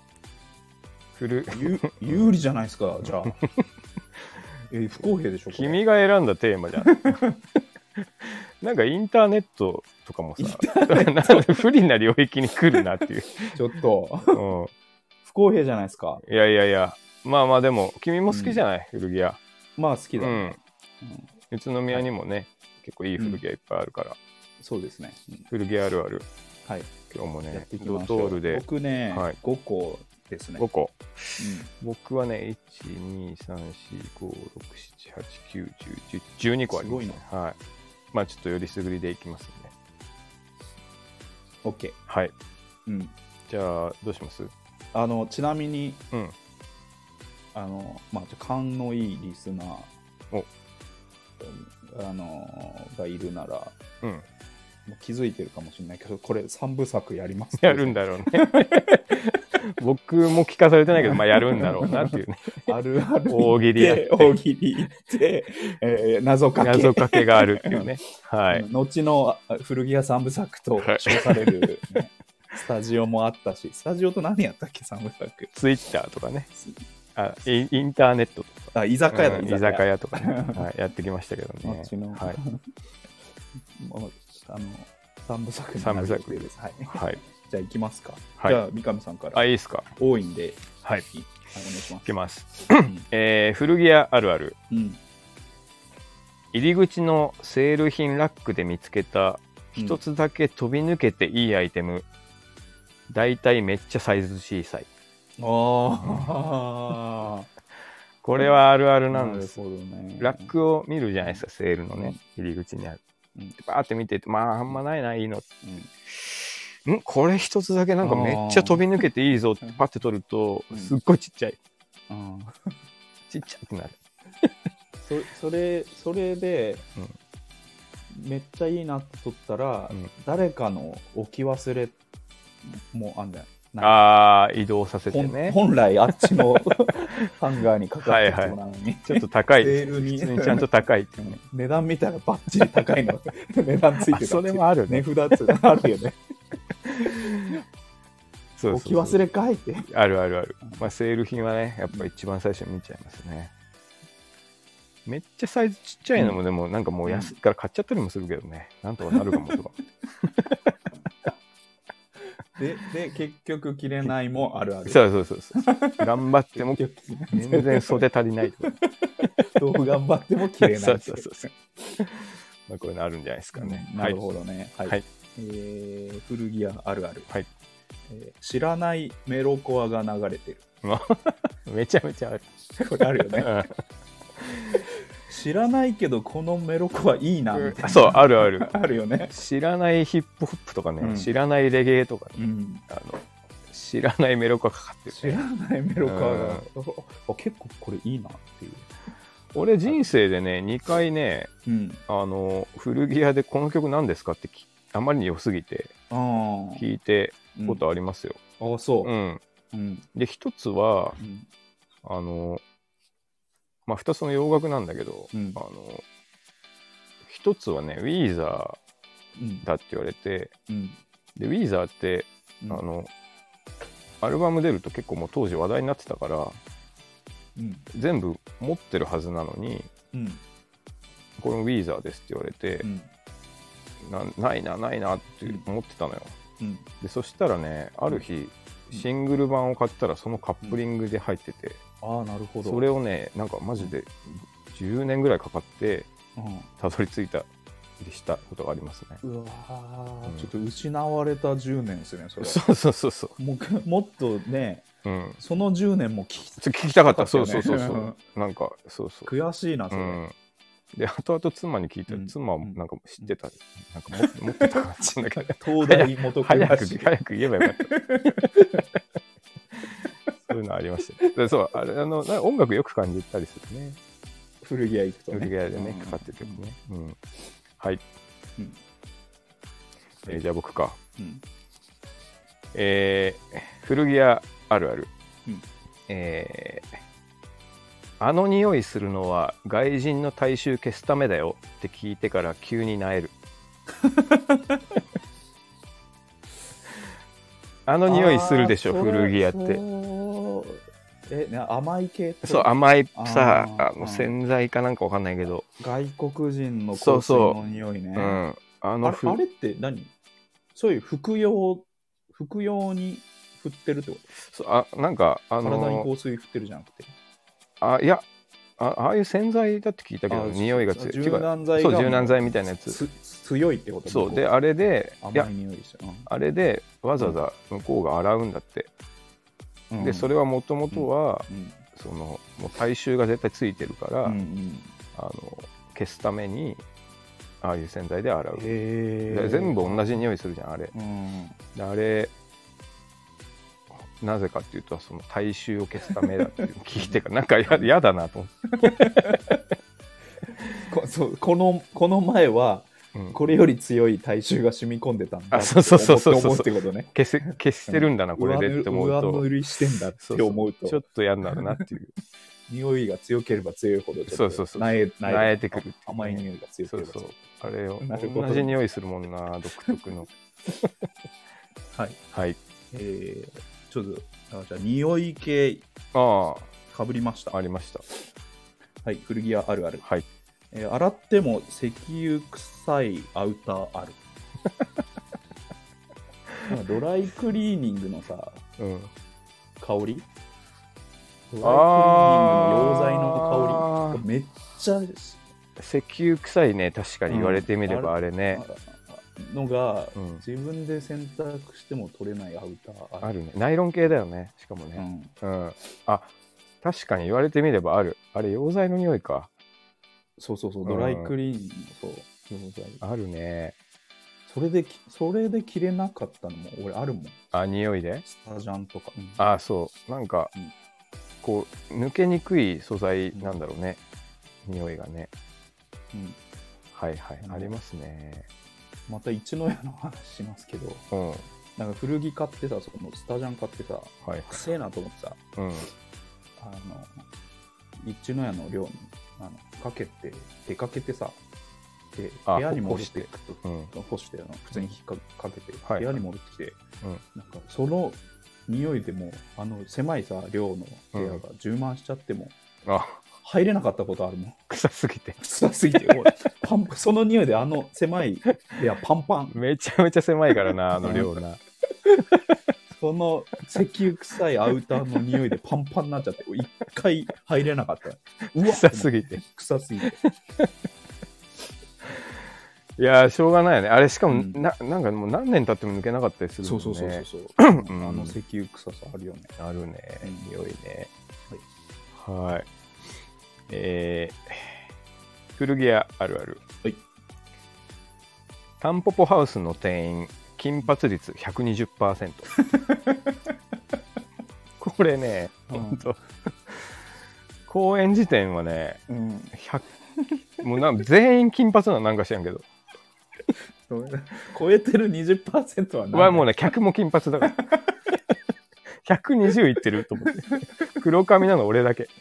有利じゃないですか。じゃあ不公平でしょ。 君が選んだテーマじゃん。なんかインターネットとかもさ不利な領域に来るなっていう。 ちょっと、不公平じゃないですか。 いやまあでも君も好きじゃない、古着屋。 まあ好きだね。 宇都宮にもね、結構いい古着屋いっぱいあるから。 そうですね。 古着あるある。今日もね、ドトールで。 僕ね、5個ですね。 5個。僕はね、1、2、3、4、5、6、7、8、9、10、12個ありますね。はい。まあちょっとよりすぐりでいきますんで。 OK。 はい。じゃあ、どうします？ ちなみに、勘のいいリスナーがいるなら、気づいてるかもしれないけど、これ3部作やります。 やるんだろうね。僕も聞かされてないけど、やるんだろうなっていうね。 あるある大喜利やって、 大喜利行って、謎かけがあるっていうね。 後の古着屋3部作と称される、スタジオもあったし、スタジオと何やったっけ、3部作。 ツイッターとかね。インターネットとか。 居酒屋だ、 居酒屋とかね。やってきましたけどね。 3部作になる予定です。はい。 はい、 じゃあ行きますか。 はい、 じゃあ三上さんから。 いいですか。 多いんで、 はい、 お願いします。 いきます。古着屋あるある。入り口のセール品ラックで見つけた一つだけ飛び抜けていいアイテム。だいたいめっちゃサイズ小さい。これはあるあるなんです。ラックを見るじゃないですか、セールのね、入り口にある。バーって見てて、まああんまないな、いいの。これ一つだけなんかめっちゃ飛び抜けていいぞってパッて取ると、すっごいちっちゃい。ちっちゃくなる。 それで、めっちゃいいなって取ったら、誰かの置き忘れもあんだよ。 移動させてね。 本来あっちのハンガーにかかってるとこなのに、 ちょっと高い。 セールに普通にちゃんと高いって値段見たらバッチリ高いの値段ついてた。 それもあるね。 値札つあるよね。置き忘れかいって。 あるあるある。まあセール品はね、やっぱ一番最初に見ちゃいますね。めっちゃサイズちっちゃいのもでもなんかもう安いから買っちゃったりもするけどね。なんとかなるかもとか。 で結局着れないもあるある。 そう頑張っても全然袖足りないとか。 どう頑張っても着れない。 そう。まあこういうのあるんじゃないですかね。 なるほどね。はい。古着屋あるある。はい。知らないメロコアが流れてる。 めちゃめちゃある。 これあるよね。知らないけどこのメロコアいいなみたいな。 そう、あるある。 あるよね。 知らないヒップホップとかね、知らないレゲエとかね、知らないメロコアかかってる。 知らないメロコアが、結構これいいなっていう。 俺人生でね、2回ね、古着屋でこの曲何ですかってあまりに良すぎて聞いてことありますよ。 そう。 で、一つは、まあ、2つの洋楽なんだけど、一つはね、ウィーザーだって言われて、でウィーザーって、アルバム出ると結構もう当時話題になってたから、全部持ってるはずなのに、これもウィーザーですって言われて、ないなって思ってたのよ。でそしたらね、ある日、シングル版を買ったらそのカップリングで入ってて、 なるほど。 それをね、なんかマジで10年ぐらいかかってたどり着いたりしたことがありますね。 ちょっと失われた10年ですね、それ。 そう。 もっとね、その10年も聞きたかった。そう。なんか悔しいなそれ。 で後々妻に聞いたら、妻もなんか知ってた、なんか持ってた感じなんだけど、 東大元暮らし早く言えばよかった。そういうのありましたね。そう、音楽よく感じたりするね。 古着屋行くとね。 古着屋でね、かかってる曲ね。はい。じゃあ僕か。古着屋あるある。あの匂いするのは外人の体臭消すためだよって聞いてから急に萎える。あの匂いするでしょ、古着屋って。 甘い系って。 そう、甘いさ、洗剤かなんかわかんないけど、 外国人の香水の匂いね。あれって何？そういう服用に振ってるってこと？ そう、なんか体に香水振ってるじゃなくて。 いや、ああいう洗剤だって聞いたけど、匂いが強い。 柔軟剤が柔軟剤みたいなやつ。 強いってこと？ そうで、あれで甘い匂いですよ。 あれでわざわざ向こうが洗うんだって。でそれはもともとはもう体臭が絶対ついてるから、消すためにああいう洗剤で洗う。全部同じ匂いするじゃん、あれ。あれなぜかっていうと、その体臭を消すためだっていう聞いてからなんか嫌だなと思ってこの前はこれより強い体臭が染み込んでたんだって思うってことね。 消してるんだな、これでって思うと、 上塗りしてんだって思うとちょっと嫌になるなっていう。 匂いが強ければ強いほどちょっと萎えてくる。 甘い匂いが強ければ。 あれを同じ匂いするもんな、独特の。 はい。ちょっとじゃあ匂い系かぶりました。 ありました。 はい、古着屋あるある。 はい。 洗っても石油臭いアウターある。 ドライクリーニングのさ、香り、ドライクリーニングの溶剤の香りがめっちゃ石油臭いね。確かに言われてみればあれね、 のが、自分で選択しても取れないアウターあるね。ナイロン系だよね、しかもね。あ、確かに言われてみればある。あれ溶剤の匂いか。 そう、ドライクリーニングの溶剤あるね。 それで着れなかったのも俺あるもん。 匂いでスタジャンとか。 そうなんか、こう抜けにくい素材なんだろうね、匂いがね。はいはい、ありますね。 また一の屋の話しますけど、なんか古着買ってさ、そのスタジャン買ってさ、くせえなと思ってさ、一の屋の寮にかけて出かけてさ、で部屋に戻って干して普通に引っかけて部屋に戻ってきて、なんかその匂いでも狭いさ寮の部屋が充満しちゃっても、入れなかったことあるもん。 臭すぎてその匂いで狭い部屋パンパン。 めちゃめちゃ狭いからな寮な。 その石油臭いアウターの匂いでパンパンになっちゃって一回入れなかった。 臭すぎていやしょうがないよねあれ。しかも、なんかもう何年経っても抜けなかったりするもんね。 そう石油臭さあるよね。 あるね、匂いね。はい、古着屋あるある。タンポポハウスの店員金髪率 120%。 これね、ほんと公演時点はね、もう全員金髪なのなんか知らんけど超えてる 20% は何だもうね、客も金髪だから120いってると思って黒髪なの俺だけ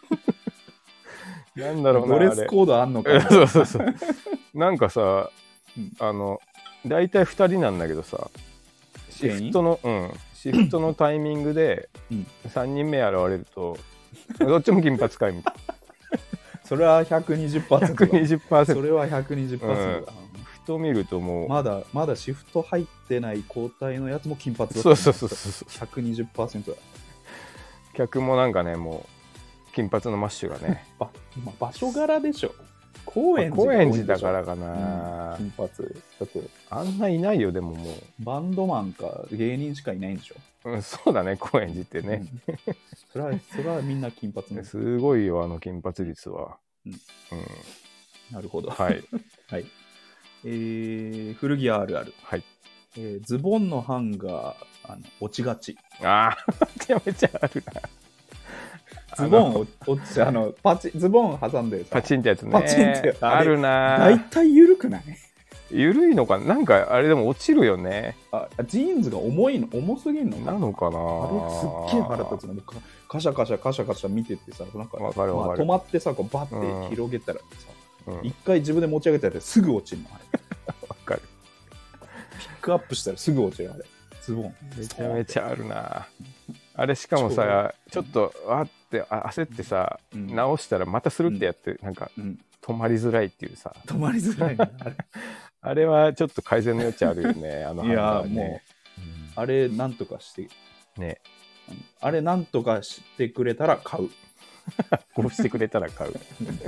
なんだろうな、 ドレスコードあんのかなそうなんかさ、大体2人なんだけどさ、シフトのタイミングで3人目現れると、どっちも金髪かいみたいな。 それは 120%。それは 120%だ。 ふと見るともうまだシフト入ってない交代のやつも金髪だった。 そう 120% だ。 客もなんかね、もう金髪のマッシュがね場所柄でしょ。高円寺だからかな、 金髪だってあんないないよ。でももうバンドマンか芸人しかいないんでしょ。 そうだね、高円寺ってね、 それはみんな金髪ね。 すごいよ金髪率は。 なるほど。 はいはい。古着あるある。 はい。 ズボンのハンガー落ちがち。 めちゃめちゃあるな。 ズボン落ちズボン挟んでパチンってやつね。 パチンってあるな。 だいたい緩くない？ 緩いのかな。なんかあれでも落ちるよね。 ジーンズが重すぎんのかなのかな。 あれすっげえ腹立つの。カシャカシャ見てってさ、なんか止まってさ、こうバッて広げたらさ、一回自分で持ち上げたらすぐ落ちるの。あれわかる。 ピックアップしたらすぐ落ちるあれ。ズボンめちゃめちゃあるな。あれしかもさ、ちょっとわって焦ってさ、直したらまたスルってやって、なんか止まりづらいっていうさ。 止まりづらいね。 あれはちょっと改善の余地あるよね。 いやもうあれなんとかしてね。 あれなんとかしてくれたら買う。 こうしてくれたら買う。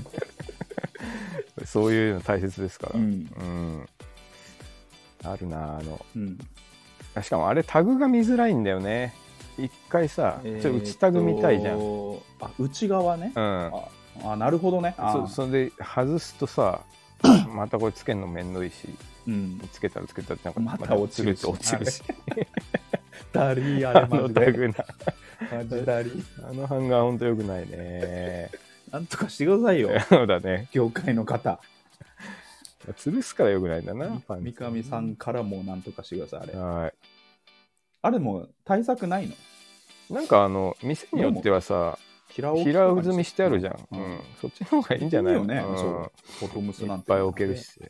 そういうの大切ですから。あるなしかもあれタグが見づらいんだよね。一回さ、ちょっと内タグ見たいじゃん。 内側ね。なるほどね。 それで外すとさ、またこれつけるのめんどいし、つけたらなんかまた落ちるし。ダリーあれマジタグな。 マジダリー。 あのハンガーほんとよくないね。 なんとかしてくださいよ。 そうだね。 業界の方。 潰すからよくないんだな。 三上さんからもなんとかしてください。あれ。 はい。 あれも対策ないの？ なんか店によってはさ、平積みしてあるじゃん。そっちの方がいいんじゃない？ いいよね。そう。ボトムスなんていっぱい置けるし。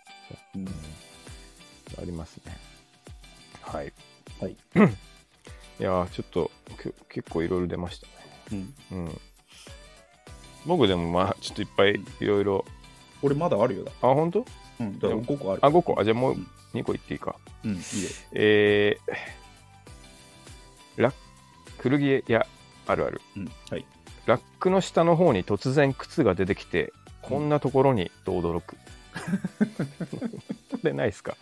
ありますね。はい。 はい。 いやちょっと結構いろいろ出ましたね。僕でもちょっといっぱいいろいろ。 俺まだあるよだ。 本当？ うん、だから5個ある。 あ、5個。あ、じゃあもう2個言っていいか。 うん、いいで。 古着屋あるある。 うん、はい。 ラックの下の方に突然靴が出てきて、こんなところにと驚く。これないっすか？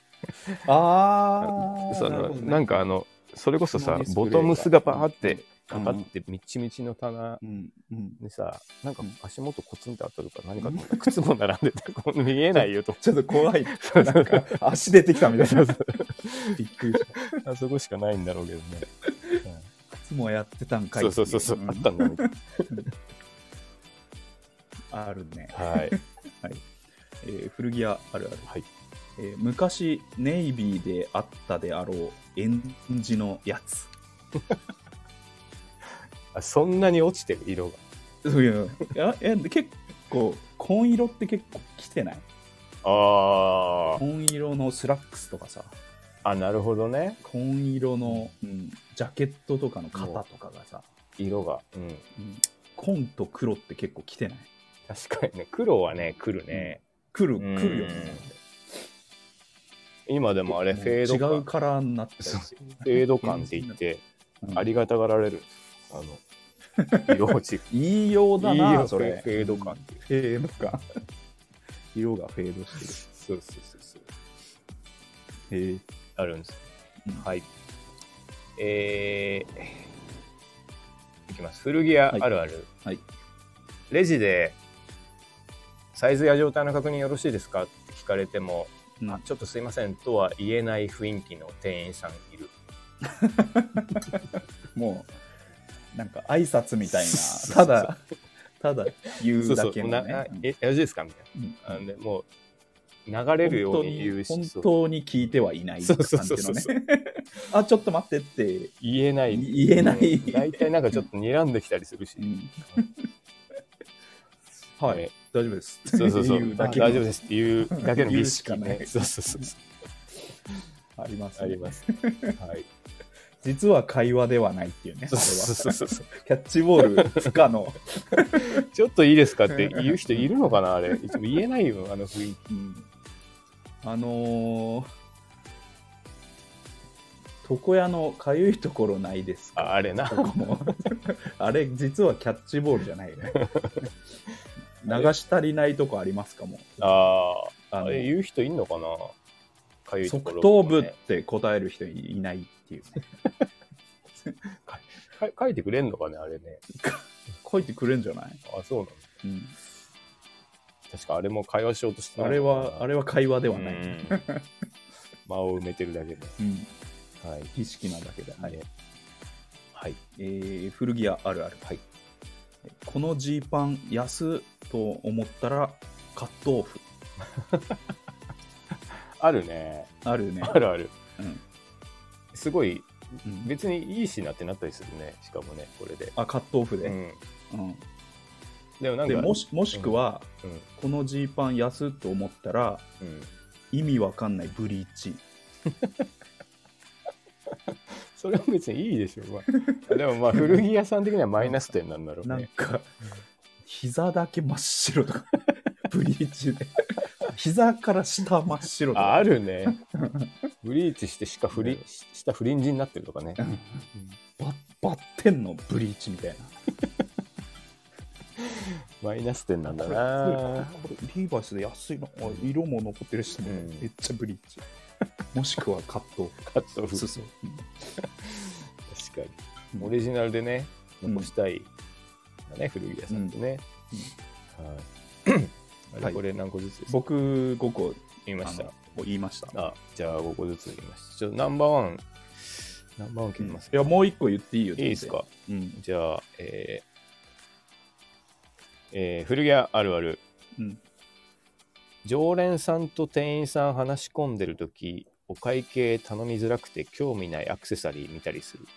なんかそれこそさ、ボトムスがバーってかかってみちみちの棚にさ、なんか足元コツンって当たるから何かと思ったら靴も並んでて見えないよと。 ちょっと怖い。なんか足出てきたみたいな。びっくりした。 あそこしかないんだろうけどね。 靴もやってたんかい。 そう、あったんだみたいな。あるね。 はい。 はい。古着屋あるある。 はい。 昔ネイビーであったであろうエンジのやつ。 そんなに落ちてる色が。 結構紺色って結構着てない？紺色のスラックスとかさ。 あ、なるほどね。 紺色の、ジャケットとかの肩とかがさ、 色が、 紺と黒って結構着てない？ 確かにね、黒はね来るね。 来るよね。 今でもあれフェード感、 違うカラーになってたりする。 フェード感って言ってありがたがられる。色落ちいいようだな、それ。 フェード感。 フェード感。色がフェードしてる。 そう。あるんです。はい。いきます。古着屋あるある。 はい。 レジでサイズや状態の確認よろしいですかって聞かれても、ちょっとすいませんとは言えない雰囲気の店員さんいる。 もうなんか挨拶みたいな、ただ言うだけのね。 よろしいですかみたいな。でもう流れるように言うし、 本当に聞いてはいない感じのね。あ、ちょっと待ってって言えない。大体なんかちょっと睨んできたりするし。 はい、大丈夫です。 そう。大丈夫ですっていうだけの儀式ね。そう。 あります。 はい。 実は会話ではないっていうね。 そう。 キャッチボール不可能。 ちょっといいですかって言う人いるのかな、あれ。いつも言えないよ、雰囲気。 床屋のかゆいところないですか？ あれな。 あれ実はキャッチボールじゃないよね。流し足りないとこありますかも。 あれ言う人いんのかな。 かゆいところ、側頭部って答える人いないっていうね。 書いてくれんのかね、あれね。 書いてくれんじゃない？ あ、そうなの。確かあれも会話しようとしてない。あれは会話ではない。 間を埋めてるだけで。 はい。儀式なだけで。 はい。 古着屋あるある。はい。このジーパン安と思ったらカットオフ。 あるね。 ある。 すごい、別にいいしなってなったりするね。しかもね、これで。 カットオフで。 でもなんかもしくは、このジーパン安と思ったら、意味わかんないブリーチ。 それは別にいいでしょ。でも古着屋さん的にはマイナス点なんだろうね。 なんか膝だけ真っ白とかブリーチで膝から下真っ白とかあるね。ブリーチして下フリンジになってるとかね。 バッテンのブリーチみたいな。 マイナス点なんだな。 これリーバイスで安いの、色も残ってるし、めっちゃブリーチ。もしくはカットオフ。そう。 確かに。オリジナルでね、残したいね、古着屋さんとね。これ何個ずつですか？ 僕5個言いました。じゃあ5個ずつ言いました。ナンバーワン決めます。 いや、もう1個言っていいよ。 いいですか？じゃあ、古着屋あるある。常連さんと店員さん話し込んでるとき、お会計頼みづらくて興味ないアクセサリー見たりする。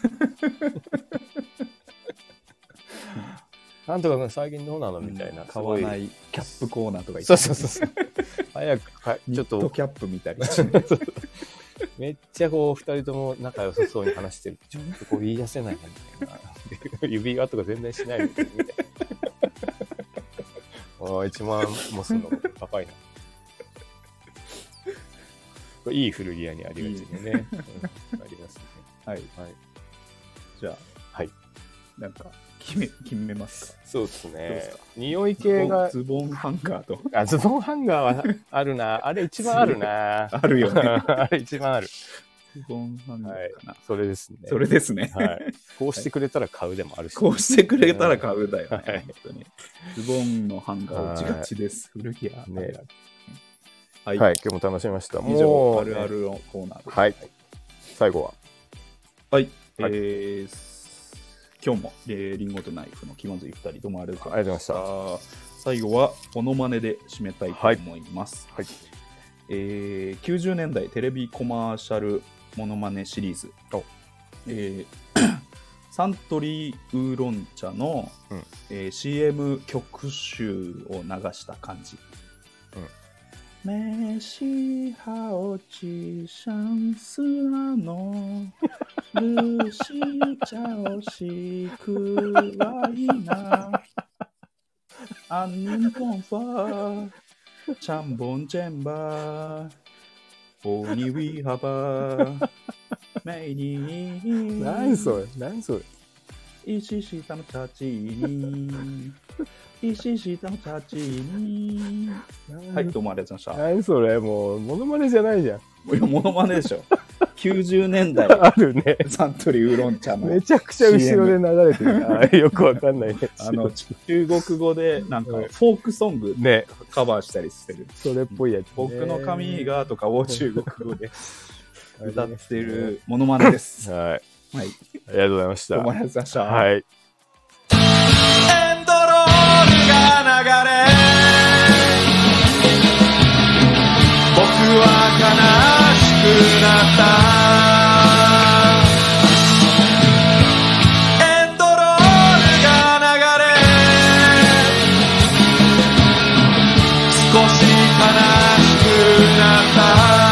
なんとか君最近どうなのみたいな。 買わないキャップコーナーとか言って。そう。早くちょっとキャップ見たり。 めっちゃこう2人とも仲良さそうに話してる。ちょっとこう言い出せないなみたいな。指輪とか全然しないみたいな。1万もするの高いな。 いい古着屋にありがちでね。ありますね。 はい。じゃあ、 はい。 なんか、決めますか？ そうですね。匂い系が。 ズボンハンガーと。 ズボンハンガーはあるな。あれ一番あるな。 あるよね。 あれ一番ある。 ズボンハンガーかな。 それですね。 それですね。 はい。こうしてくれたら買うでもあるし。 こうしてくれたら買うだよね。本当に。ズボンのハンガー落ちがちです。古着屋。ね。 はい。今日も楽しみました。 以上、あるあるのコーナーです。 はい。最後は。 はい。今日もリンゴとナイフの気まずい2人どうもありがとうございました。最後はモノマネで締めたいと思います。はい。90年代テレビコマーシャルモノマネシリーズ。サントリーウーロン茶の、CM 曲集を流した感じ。メシハオチシャンスラのルシチャオシクワイナアンニンポンファチャンボンチェンバオニウィハバメイニ何それ石下のチャチに石下のチャチにはい、どうもありがとうございました。 何それもうモノマネじゃないじゃん。 モノマネでしょ。90年代あるね。 サントリーウーロン茶のめちゃくちゃ後ろで流れてる。よくわかんないね。 中国語でなんかフォークソングねカバーしたりしてる。 それっぽいやつ。 僕の髪がとかを中国語で歌ってるモノマネです。 はい。はい。ありがとうございました。 どうもありがとうございました。 はい。エンドロールが流れ、僕は悲しくなった。エンドロールが流れ、少し悲しくなった。